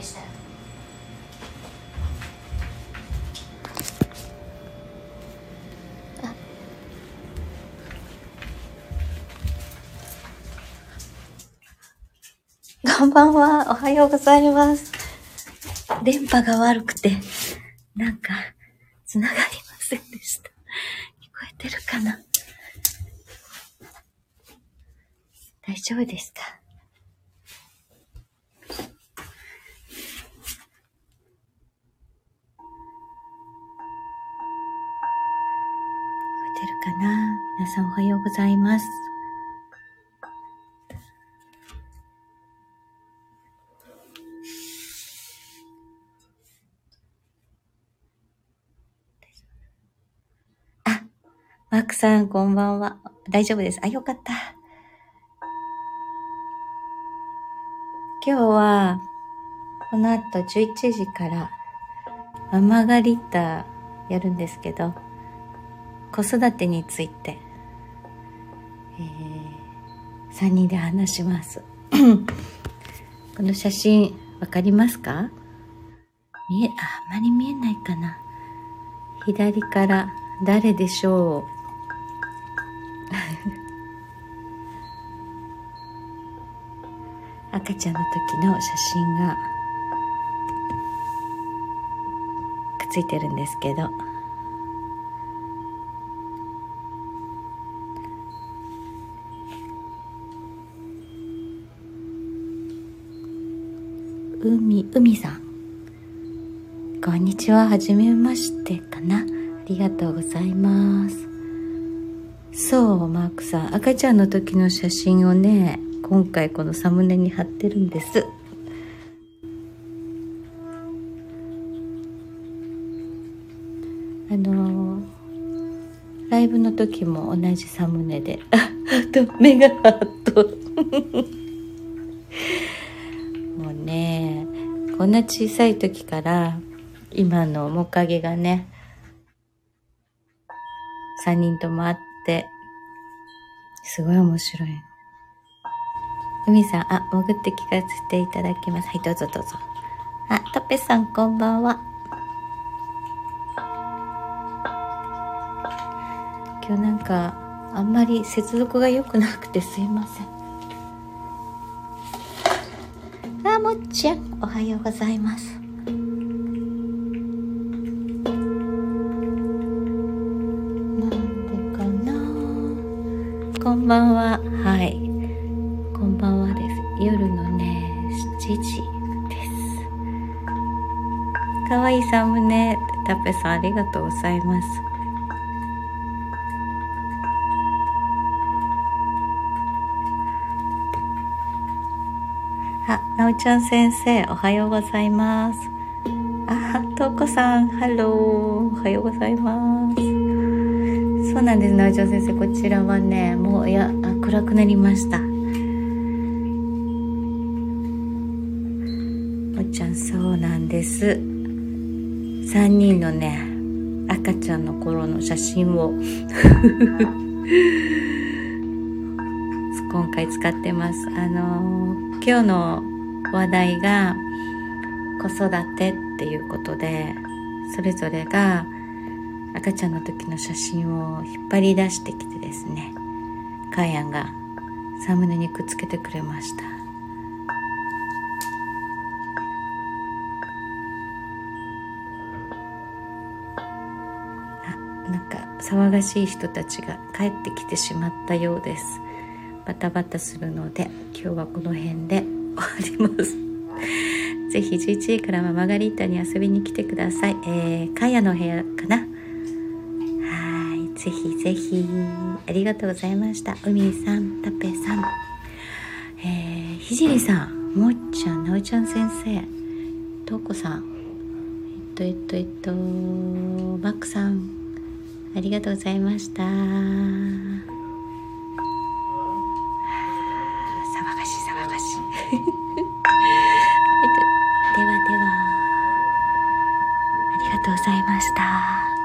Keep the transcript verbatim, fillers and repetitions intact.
したらこんばんは。おはようございます。電波が悪くて、なんか、つながりませんでした。聞こえてるかな？大丈夫ですか？聞こえてるかな？皆さんおはようございます。マークさん、こんばんは。大丈夫です。あ、よかった。今日は、この後じゅういちじからママガリッタやるんですけど、子育てについて、えー、さんにんで話します。この写真、わかりますか？見え、あ、あまり見えないかな。左から誰でしょう？赤ちゃんの時の写真がくっついてるんですけど、海、海さん、こんにちは。はじめましてかな。ありがとうございます。そう、マークさん、赤ちゃんの時の写真をね、今回このサムネに貼ってるんです。あのー、ライブの時も同じサムネで、あ、ハート、メガハート。もうね、こんな小さい時から今の面影がね、さんにんともあって、すごい面白い。海さん、あ、潜って聞かせていただきます。はい、どうぞどうぞ。あ、トペさん、こんばんは。今日なんか、あんまり接続が良くなくてすいません。あ、もっちゃん、おはようございます。なんでかな。こんばんは。はい。こんばんはです。夜のね、しちじです。かわいいサムネ。タペさん、ありがとうございます。あ、なおちゃん先生、おはようございます。あ、とうこさん、ハロー、おはようございます。そうなんです、なおちゃん先生、こちらはね、もう、いや、暗くなりました。おちゃん、そうなんです。さんにんのね、赤ちゃんの頃の写真を今回使ってます。あのー、今日の話題が子育てっていうことで、それぞれが赤ちゃんの時の写真を引っ張り出してきてですね、カーヤンがサムネにくっつけてくれました。あ、なんか騒がしい人たちが帰ってきてしまったようです。バタバタするので、今日はこの辺で終わります。ぜひじゅういちじからママガリッタに遊びに来てください。えー、カヤの部屋かな。はい、ぜひぜひありがとうございました。海さん、タペさん、えー、ひじりさん、もっちゃん、なおちゃん先生、とうこさん、えっとえっとえっとマックさん、ありがとうございました。騒がしい騒がしい。ではでは、ありがとうございました。